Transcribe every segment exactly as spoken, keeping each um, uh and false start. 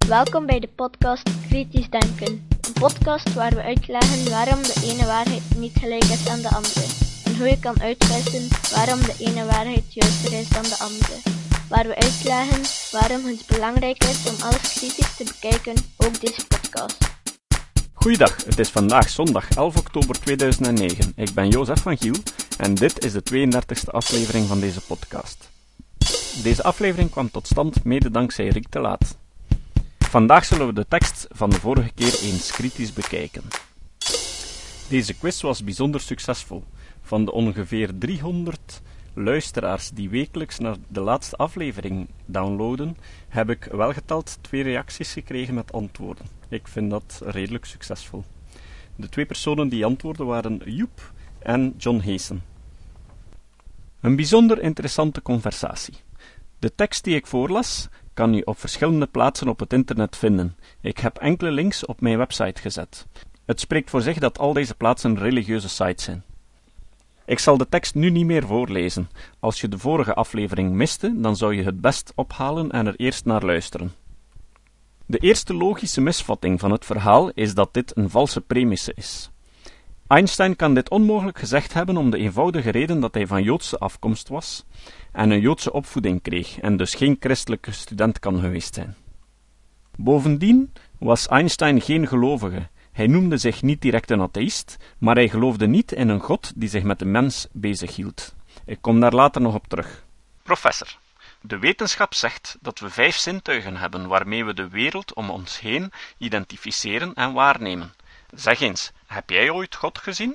Welkom bij de podcast Kritisch Denken. Een podcast waar we uitleggen waarom de ene waarheid niet gelijk is aan de andere. En hoe je kan uitvissen waarom de ene waarheid juister is dan de andere. Waar we uitleggen waarom het belangrijk is om alles kritisch te bekijken, ook deze podcast. Goeiedag, het is vandaag zondag elf oktober tweeduizend negen. Ik ben Jozef van Giel en dit is de tweeëndertigste aflevering van deze podcast. Deze aflevering kwam tot stand mede dankzij Riek de Laat. Vandaag zullen we de tekst van de vorige keer eens kritisch bekijken. Deze quiz was bijzonder succesvol. Van de ongeveer driehonderd luisteraars die wekelijks naar de laatste aflevering downloaden, heb ik wel geteld twee reacties gekregen met antwoorden. Ik vind dat redelijk succesvol. De twee personen die antwoorden waren Joep en John Heesen. Een bijzonder interessante conversatie. De tekst die ik voorlas kan je op verschillende plaatsen op het internet vinden. Ik heb enkele links op mijn website gezet. Het spreekt voor zich dat al deze plaatsen religieuze sites zijn. Ik zal de tekst nu niet meer voorlezen. Als je de vorige aflevering miste, dan zou je het best ophalen en er eerst naar luisteren. De eerste logische misvatting van het verhaal is dat dit een valse premisse is. Einstein kan dit onmogelijk gezegd hebben om de eenvoudige reden dat hij van Joodse afkomst was en een Joodse opvoeding kreeg en dus geen christelijke student kan geweest zijn. Bovendien was Einstein geen gelovige. Hij noemde zich niet direct een atheïst, maar hij geloofde niet in een God die zich met de mens bezighield. Ik kom daar later nog op terug. Professor, de wetenschap zegt dat we vijf zintuigen hebben waarmee we de wereld om ons heen identificeren en waarnemen. Zeg eens, heb jij ooit God gezien?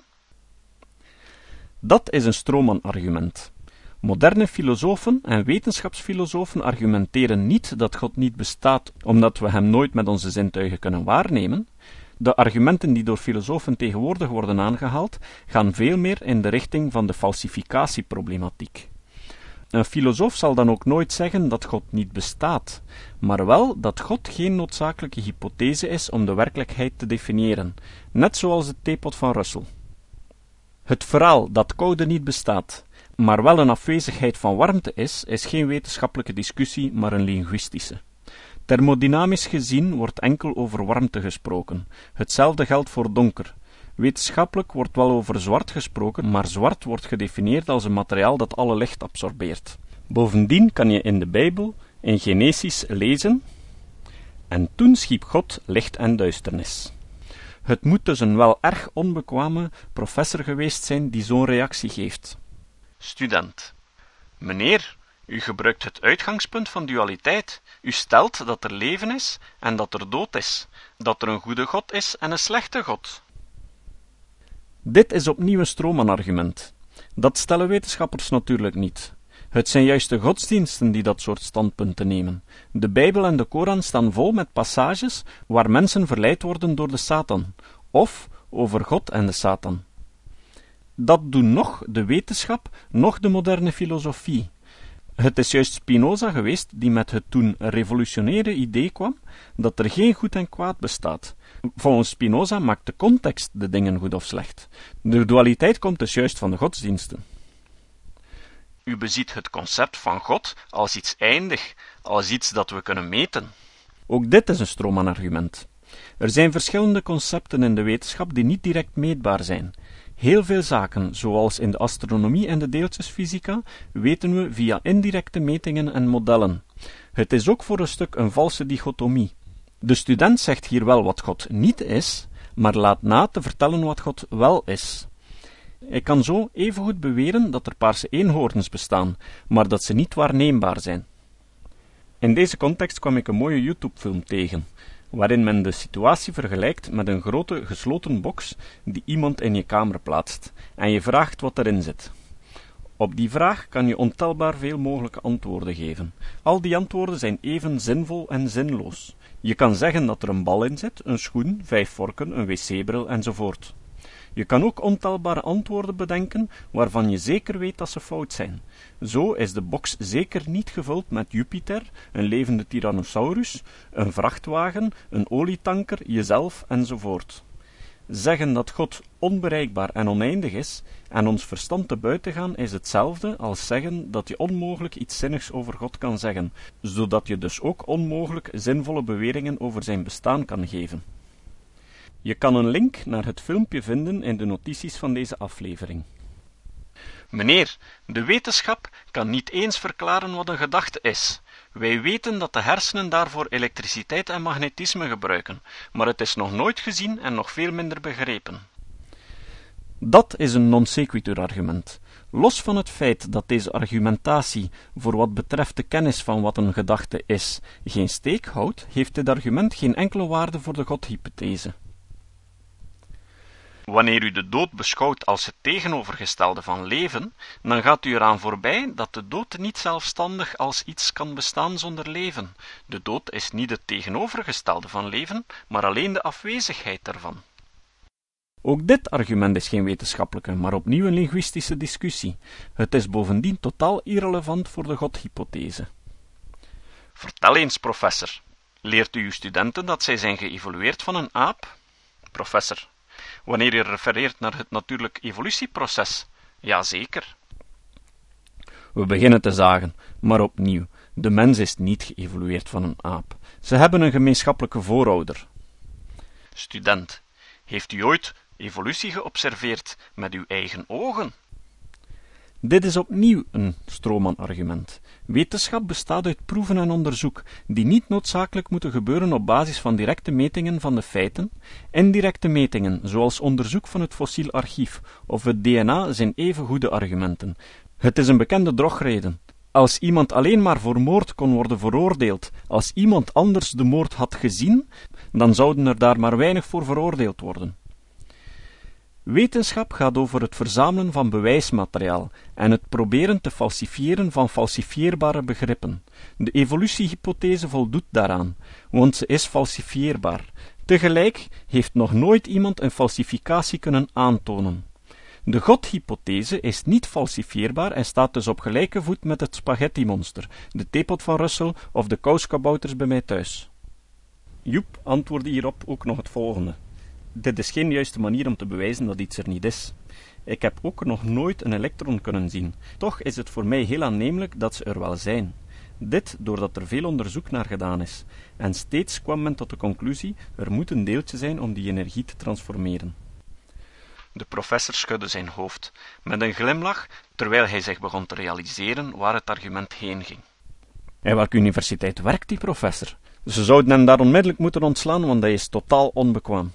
Dat is een stroomman-argument. Moderne filosofen en wetenschapsfilosofen argumenteren niet dat God niet bestaat omdat we hem nooit met onze zintuigen kunnen waarnemen. De argumenten die door filosofen tegenwoordig worden aangehaald, gaan veel meer in de richting van de falsificatieproblematiek. Een filosoof zal dan ook nooit zeggen dat God niet bestaat, maar wel dat God geen noodzakelijke hypothese is om de werkelijkheid te definiëren, net zoals de theepot van Russell. Het verhaal dat koude niet bestaat, maar wel een afwezigheid van warmte is, is geen wetenschappelijke discussie, maar een linguïstische. Thermodynamisch gezien wordt enkel over warmte gesproken. Hetzelfde geldt voor donker. Wetenschappelijk wordt wel over zwart gesproken, maar zwart wordt gedefinieerd als een materiaal dat alle licht absorbeert. Bovendien kan je in de Bijbel, in Genesis, lezen: en toen schiep God licht en duisternis. Het moet dus een wel erg onbekwame professor geweest zijn die zo'n reactie geeft. Student: meneer, u gebruikt het uitgangspunt van dualiteit. U stelt dat er leven is en dat er dood is, dat er een goede God is en een slechte God. Dit is opnieuw een stroomman-argument. Dat stellen wetenschappers natuurlijk niet. Het zijn juist de godsdiensten die dat soort standpunten nemen. De Bijbel en de Koran staan vol met passages waar mensen verleid worden door de Satan, of over God en de Satan. Dat doen nog de wetenschap, nog de moderne filosofie. Het is juist Spinoza geweest die met het toen revolutionaire idee kwam dat er geen goed en kwaad bestaat. Volgens Spinoza maakt de context de dingen goed of slecht. De dualiteit komt dus juist van de godsdiensten. U beziet het concept van God als iets eindig, als iets dat we kunnen meten. Ook dit is een stroomman-argument. Er zijn verschillende concepten in de wetenschap die niet direct meetbaar zijn. Heel veel zaken, zoals in de astronomie en de deeltjesfysica, weten we via indirecte metingen en modellen. Het is ook voor een stuk een valse dichotomie. De student zegt hier wel wat God niet is, maar laat na te vertellen wat God wel is. Ik kan zo evengoed beweren dat er paarse eenhoorns bestaan, maar dat ze niet waarneembaar zijn. In deze context kwam ik een mooie YouTube-film tegen, waarin men de situatie vergelijkt met een grote gesloten box die iemand in je kamer plaatst, en je vraagt wat erin zit. Op die vraag kan je ontelbaar veel mogelijke antwoorden geven. Al die antwoorden zijn even zinvol en zinloos. Je kan zeggen dat er een bal in zit, een schoen, vijf vorken, een wc-bril enzovoort. Je kan ook ontelbare antwoorden bedenken waarvan je zeker weet dat ze fout zijn. Zo is de box zeker niet gevuld met Jupiter, een levende tyrannosaurus, een vrachtwagen, een olietanker, jezelf enzovoort. Zeggen dat God onbereikbaar en oneindig is en ons verstand te buiten gaan is hetzelfde als zeggen dat je onmogelijk iets zinnigs over God kan zeggen, zodat je dus ook onmogelijk zinvolle beweringen over zijn bestaan kan geven. Je kan een link naar het filmpje vinden in de notities van deze aflevering. Meneer, de wetenschap kan niet eens verklaren wat een gedachte is. Wij weten dat de hersenen daarvoor elektriciteit en magnetisme gebruiken, maar het is nog nooit gezien en nog veel minder begrepen. Dat is een non sequitur argument. Los van het feit dat deze argumentatie voor wat betreft de kennis van wat een gedachte is geen steek houdt, heeft dit argument geen enkele waarde voor de godhypothese. Wanneer u de dood beschouwt als het tegenovergestelde van leven, dan gaat u eraan voorbij dat de dood niet zelfstandig als iets kan bestaan zonder leven. De dood is niet het tegenovergestelde van leven, maar alleen de afwezigheid daarvan. Ook dit argument is geen wetenschappelijke, maar opnieuw een linguïstische discussie. Het is bovendien totaal irrelevant voor de godhypothese. Vertel eens, professor. Leert u uw studenten dat zij zijn geëvolueerd van een aap? Professor. Wanneer je refereert naar het natuurlijk evolutieproces, jazeker. We beginnen te zagen, maar opnieuw, de mens is niet geëvolueerd van een aap. Ze hebben een gemeenschappelijke voorouder. Student, heeft u ooit evolutie geobserveerd met uw eigen ogen? Dit is opnieuw een Stroman-argument. Wetenschap bestaat uit proeven en onderzoek, die niet noodzakelijk moeten gebeuren op basis van directe metingen van de feiten. Indirecte metingen, zoals onderzoek van het fossiel archief of het D N A, zijn even goede argumenten. Het is een bekende drogreden. Als iemand alleen maar voor moord kon worden veroordeeld, als iemand anders de moord had gezien, dan zouden er daar maar weinig voor veroordeeld worden. Wetenschap gaat over het verzamelen van bewijsmateriaal en het proberen te falsifiëren van falsifieerbare begrippen. De evolutiehypothese voldoet daaraan, want ze is falsifieerbaar. Tegelijk heeft nog nooit iemand een falsificatie kunnen aantonen. De godhypothese is niet falsifieerbaar en staat dus op gelijke voet met het spaghetti-monster, de theepot van Russell of de kouskabouters bij mij thuis. Joep antwoordde hierop ook nog het volgende. Dit is geen juiste manier om te bewijzen dat iets er niet is. Ik heb ook nog nooit een elektron kunnen zien. Toch is het voor mij heel aannemelijk dat ze er wel zijn. Dit doordat er veel onderzoek naar gedaan is. En steeds kwam men tot de conclusie, er moet een deeltje zijn om die energie te transformeren. De professor schudde zijn hoofd, met een glimlach, terwijl hij zich begon te realiseren waar het argument heen ging. En welke universiteit werkt die professor? Ze zouden hem daar onmiddellijk moeten ontslaan, want hij is totaal onbekwaam.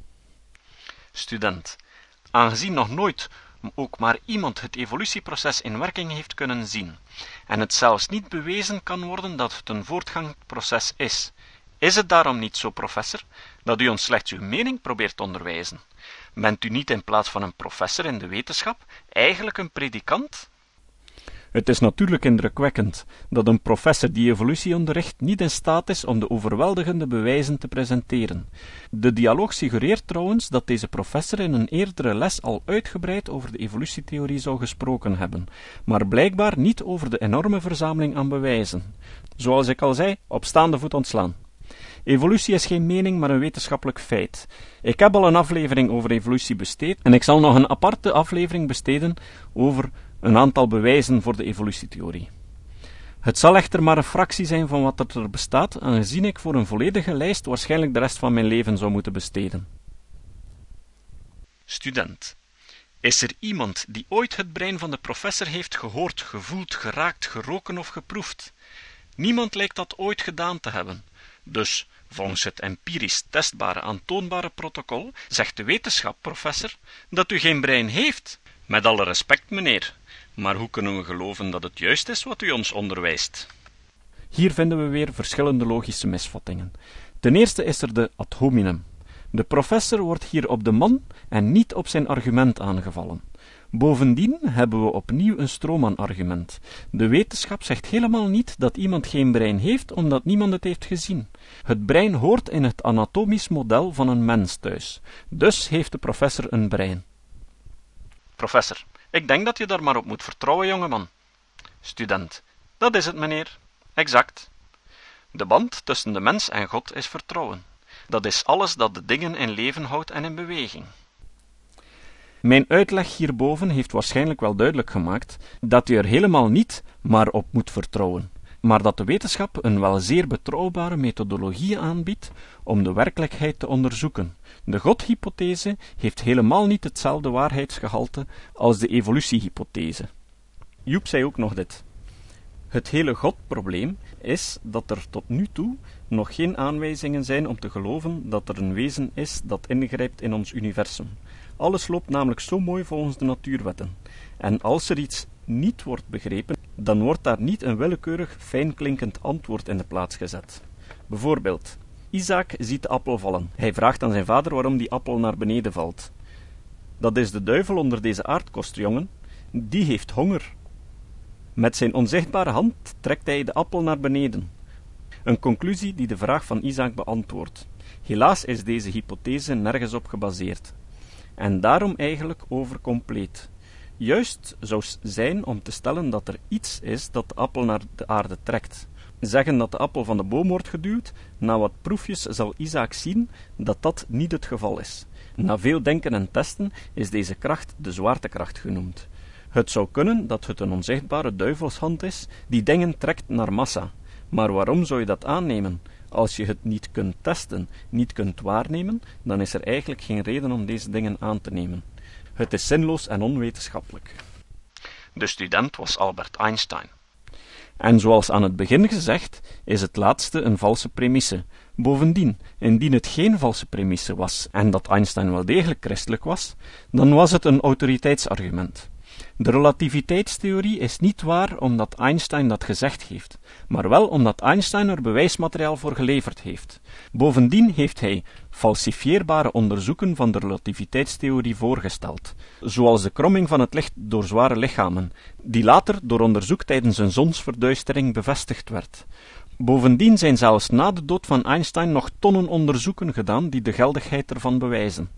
Student, aangezien nog nooit ook maar iemand het evolutieproces in werking heeft kunnen zien, en het zelfs niet bewezen kan worden dat het een voortgaand proces is, is het daarom niet zo, professor, dat u ons slechts uw mening probeert te onderwijzen? Bent u niet in plaats van een professor in de wetenschap eigenlijk een predikant? Het is natuurlijk indrukwekkend dat een professor die evolutie onderricht niet in staat is om de overweldigende bewijzen te presenteren. De dialoog suggereert trouwens dat deze professor in een eerdere les al uitgebreid over de evolutietheorie zou gesproken hebben, maar blijkbaar niet over de enorme verzameling aan bewijzen. Zoals ik al zei, op staande voet ontslaan. Evolutie is geen mening, maar een wetenschappelijk feit. Ik heb al een aflevering over evolutie besteed en ik zal nog een aparte aflevering besteden over een aantal bewijzen voor de evolutietheorie. Het zal echter maar een fractie zijn van wat er bestaat, aangezien ik voor een volledige lijst waarschijnlijk de rest van mijn leven zou moeten besteden. Student. Is er iemand die ooit het brein van de professor heeft gehoord, gevoeld, geraakt, geroken of geproefd? Niemand lijkt dat ooit gedaan te hebben. Dus, volgens het empirisch testbare, aantoonbare protocol, zegt de wetenschap, professor, dat u geen brein heeft. Met alle respect, meneer. Maar hoe kunnen we geloven dat het juist is wat u ons onderwijst? Hier vinden we weer verschillende logische misvattingen. Ten eerste is er de ad hominem. De professor wordt hier op de man en niet op zijn argument aangevallen. Bovendien hebben we opnieuw een Stroman-argument. De wetenschap zegt helemaal niet dat iemand geen brein heeft, omdat niemand het heeft gezien. Het brein hoort in het anatomisch model van een mens thuis. Dus heeft de professor een brein. Professor, ik denk dat je daar maar op moet vertrouwen, jongeman. Student, dat is het, meneer. Exact. De band tussen de mens en God is vertrouwen. Dat is alles dat de dingen in leven houdt en in beweging. Mijn uitleg hierboven heeft waarschijnlijk wel duidelijk gemaakt dat u er helemaal niet maar op moet vertrouwen, maar dat de wetenschap een wel zeer betrouwbare methodologie aanbiedt om de werkelijkheid te onderzoeken. De godhypothese heeft helemaal niet hetzelfde waarheidsgehalte als de evolutiehypothese. Joep zei ook nog dit. Het hele godprobleem is dat er tot nu toe nog geen aanwijzingen zijn om te geloven dat er een wezen is dat ingrijpt in ons universum. Alles loopt namelijk zo mooi volgens de natuurwetten. En als er iets niet wordt begrepen, dan wordt daar niet een willekeurig, fijnklinkend antwoord in de plaats gezet. Bijvoorbeeld, Isaac ziet de appel vallen. Hij vraagt aan zijn vader waarom die appel naar beneden valt. Dat is de duivel onder deze aardkorst, jongen. Die heeft honger. Met zijn onzichtbare hand trekt hij de appel naar beneden. Een conclusie die de vraag van Isaac beantwoordt. Helaas is deze hypothese nergens op gebaseerd. En daarom eigenlijk overcompleet. Juist zou zijn om te stellen dat er iets is dat de appel naar de aarde trekt. Zeggen dat de appel van de boom wordt geduwd, na wat proefjes zal Isaac zien dat dat niet het geval is. Na veel denken en testen is deze kracht de zwaartekracht genoemd. Het zou kunnen dat het een onzichtbare duivelshand is die dingen trekt naar massa. Maar waarom zou je dat aannemen? Als je het niet kunt testen, niet kunt waarnemen, dan is er eigenlijk geen reden om deze dingen aan te nemen. Het is zinloos en onwetenschappelijk. De student was Albert Einstein. En zoals aan het begin gezegd, is het laatste een valse premisse. Bovendien, indien het geen valse premisse was en dat Einstein wel degelijk christelijk was, dan was het een autoriteitsargument. De relativiteitstheorie is niet waar omdat Einstein dat gezegd heeft, maar wel omdat Einstein er bewijsmateriaal voor geleverd heeft. Bovendien heeft hij falsifieerbare onderzoeken van de relativiteitstheorie voorgesteld, zoals de kromming van het licht door zware lichamen, die later door onderzoek tijdens een zonsverduistering bevestigd werd. Bovendien zijn zelfs na de dood van Einstein nog tonnen onderzoeken gedaan die de geldigheid ervan bewijzen.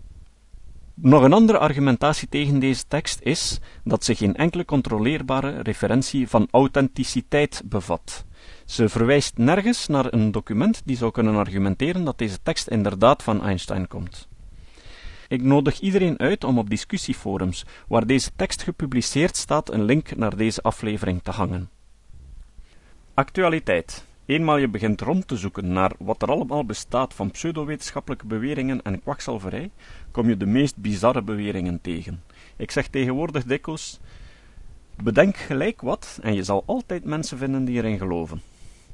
Nog een andere argumentatie tegen deze tekst is dat ze geen enkele controleerbare referentie van authenticiteit bevat. Ze verwijst nergens naar een document die zou kunnen argumenteren dat deze tekst inderdaad van Einstein komt. Ik nodig iedereen uit om op discussieforums, waar deze tekst gepubliceerd staat, een link naar deze aflevering te hangen. Actualiteit. Eenmaal je begint rond te zoeken naar wat er allemaal bestaat van pseudowetenschappelijke beweringen en kwakzalverij, kom je de meest bizarre beweringen tegen. Ik zeg tegenwoordig dikwijls, bedenk gelijk wat en je zal altijd mensen vinden die erin geloven.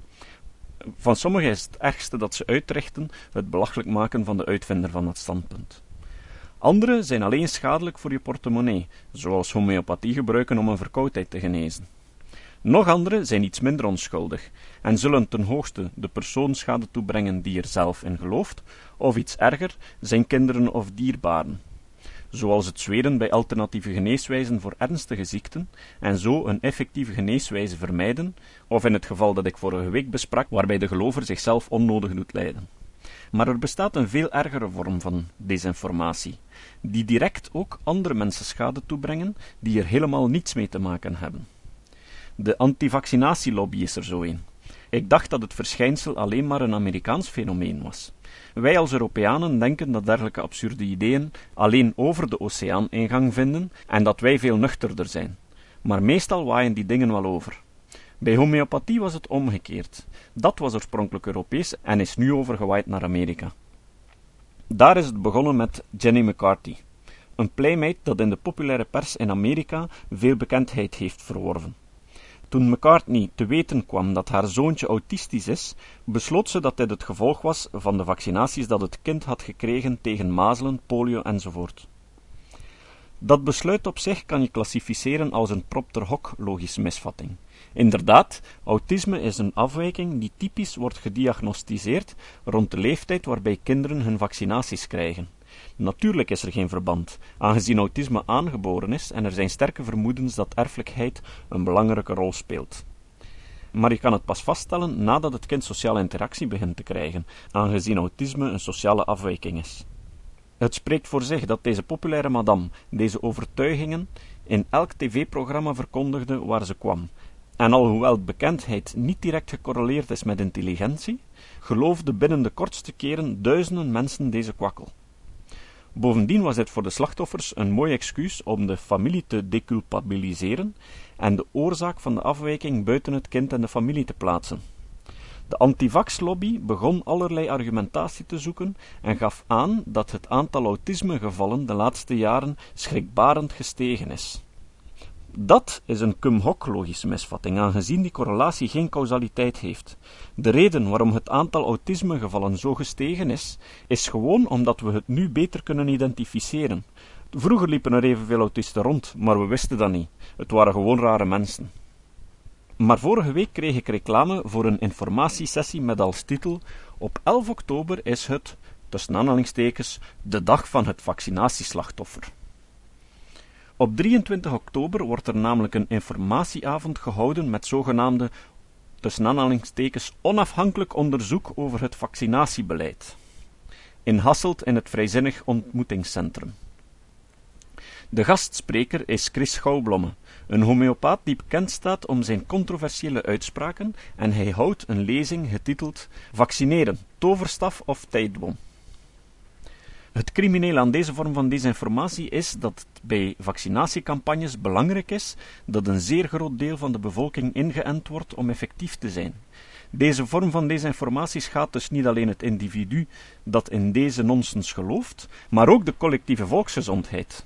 Van sommigen is het ergste dat ze uitrichten het belachelijk maken van de uitvinder van dat standpunt. Anderen zijn alleen schadelijk voor je portemonnee, zoals homeopathie gebruiken om een verkoudheid te genezen. Nog anderen zijn iets minder onschuldig en zullen ten hoogste de persoon schade toebrengen die er zelf in gelooft, of iets erger, zijn kinderen of dierbaren. Zoals het zweren bij alternatieve geneeswijzen voor ernstige ziekten, en zo een effectieve geneeswijze vermijden, of in het geval dat ik vorige week besprak, waarbij de gelover zichzelf onnodig doet lijden. Maar er bestaat een veel ergere vorm van desinformatie, die direct ook andere mensen schade toebrengen, die er helemaal niets mee te maken hebben. De antivaccinatielobby is er zo een. Ik dacht dat het verschijnsel alleen maar een Amerikaans fenomeen was. Wij als Europeanen denken dat dergelijke absurde ideeën alleen over de oceaan ingang vinden en dat wij veel nuchterder zijn. Maar meestal waaien die dingen wel over. Bij homeopathie was het omgekeerd. Dat was oorspronkelijk Europees en is nu overgewaaid naar Amerika. Daar is het begonnen met Jenny McCarthy, een playmate dat in de populaire pers in Amerika veel bekendheid heeft verworven. Toen McCartney te weten kwam dat haar zoontje autistisch is, besloot ze dat dit het gevolg was van de vaccinaties dat het kind had gekregen tegen mazelen, polio enzovoort. Dat besluit op zich kan je klassificeren als een propter hoc logische misvatting. Inderdaad, autisme is een afwijking die typisch wordt gediagnosticeerd rond de leeftijd waarbij kinderen hun vaccinaties krijgen. Natuurlijk is er geen verband, aangezien autisme aangeboren is en er zijn sterke vermoedens dat erfelijkheid een belangrijke rol speelt. Maar je kan het pas vaststellen nadat het kind sociale interactie begint te krijgen, aangezien autisme een sociale afwijking is. Het spreekt voor zich dat deze populaire madame deze overtuigingen in elk tv-programma verkondigde waar ze kwam, En alhoewel bekendheid niet direct gecorreleerd is met intelligentie, geloofden binnen de kortste keren duizenden mensen deze kwakkel. Bovendien was dit voor de slachtoffers een mooi excuus om de familie te deculpabiliseren en de oorzaak van de afwijking buiten het kind en de familie te plaatsen. De antivax-lobby begon allerlei argumentatie te zoeken en gaf aan dat het aantal autismegevallen de laatste jaren schrikbarend gestegen is. Dat is een cum hoc logische misvatting, aangezien die correlatie geen causaliteit heeft. De reden waarom het aantal autismegevallen zo gestegen is, is gewoon omdat we het nu beter kunnen identificeren. Vroeger liepen er evenveel autisten rond, maar we wisten dat niet. Het waren gewoon rare mensen. Maar vorige week kreeg ik reclame voor een informatiesessie met als titel: op elf oktober is het, tussen aanhalingstekens, de dag van het vaccinatieslachtoffer. Op drieëntwintig oktober wordt er namelijk een informatieavond gehouden met zogenaamde, tussen aanhalingstekens, onafhankelijk onderzoek over het vaccinatiebeleid. In Hasselt in het Vrijzinnig Ontmoetingscentrum. De gastspreker is Chris Schouwblomme, een homeopaat die bekend staat om zijn controversiële uitspraken, en hij houdt een lezing getiteld Vaccineren, toverstaf of tijdbom. Het criminele aan deze vorm van desinformatie is dat het bij vaccinatiecampagnes belangrijk is dat een zeer groot deel van de bevolking ingeënt wordt om effectief te zijn. Deze vorm van desinformatie schaadt dus niet alleen het individu dat in deze nonsens gelooft, maar ook de collectieve volksgezondheid.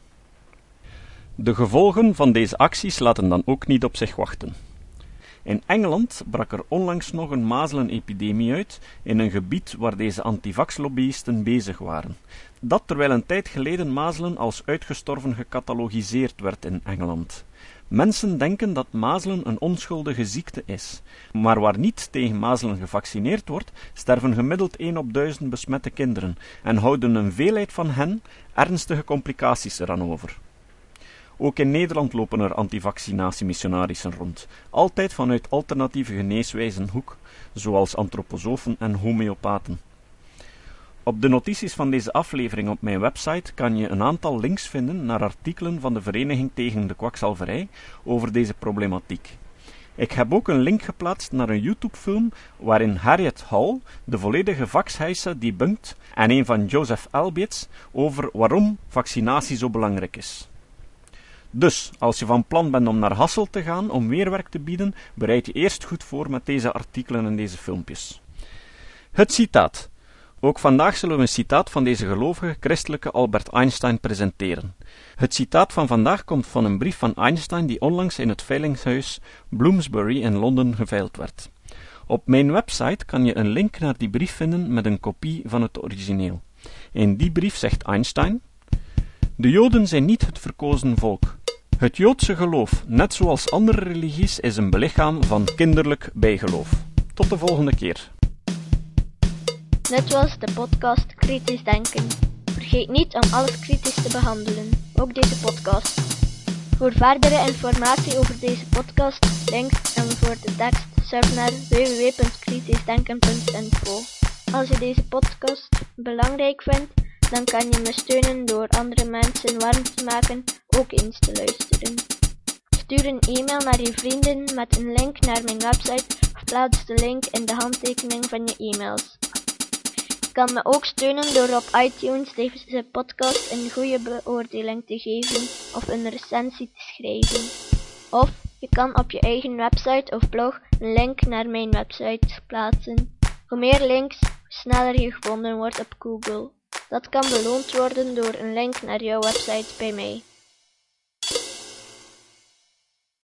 De gevolgen van deze acties laten dan ook niet op zich wachten. In Engeland brak er onlangs nog een mazelenepidemie uit in een gebied waar deze antivax-lobbyisten bezig waren. Dat terwijl een tijd geleden mazelen als uitgestorven gecatalogiseerd werd in Engeland. Mensen denken dat mazelen een onschuldige ziekte is, maar waar niet tegen mazelen gevaccineerd wordt, sterven gemiddeld één op duizend besmette kinderen en houden een veelheid van hen ernstige complicaties eraan over. Ook in Nederland lopen er antivaccinatiemissionarissen rond, altijd vanuit alternatieve geneeswijzenhoek, zoals antroposofen en homeopaten. Op de notities van deze aflevering op mijn website kan je een aantal links vinden naar artikelen van de Vereniging tegen de Kwakzalverij over deze problematiek. Ik heb ook een link geplaatst naar een YouTube-film waarin Harriet Hall de volledige vaxheisa debunkt en een van Joseph Albiets over waarom vaccinatie zo belangrijk is. Dus, als je van plan bent om naar Hasselt te gaan om weerwerk te bieden, bereid je eerst goed voor met deze artikelen en deze filmpjes. Het citaat. Ook vandaag zullen we een citaat van deze gelovige christelijke Albert Einstein presenteren. Het citaat van vandaag komt van een brief van Einstein die onlangs in het veilingshuis Bloomsbury in Londen geveild werd. Op mijn website kan je een link naar die brief vinden met een kopie van het origineel. In die brief zegt Einstein: de Joden zijn niet het verkozen volk. Het Joodse geloof, net zoals andere religies, is een belichaam van kinderlijk bijgeloof. Tot de volgende keer. Dit was de podcast Kritisch Denken. Vergeet niet om alles kritisch te behandelen, ook deze podcast. Voor verdere informatie over deze podcast, links en voor de tekst, surf naar w w w punt kritischdenken punt info. Als je deze podcast belangrijk vindt, dan kan je me steunen door andere mensen warm te maken ook eens te luisteren. Stuur een e-mail naar je vrienden met een link naar mijn website of plaats de link in de handtekening van je e-mails. Je kan me ook steunen door op iTunes deze podcast een goede beoordeling te geven of een recensie te schrijven. Of je kan op je eigen website of blog een link naar mijn website plaatsen. Hoe meer links, hoe sneller je gevonden wordt op Google. Dat kan beloond worden door een link naar jouw website bij mij.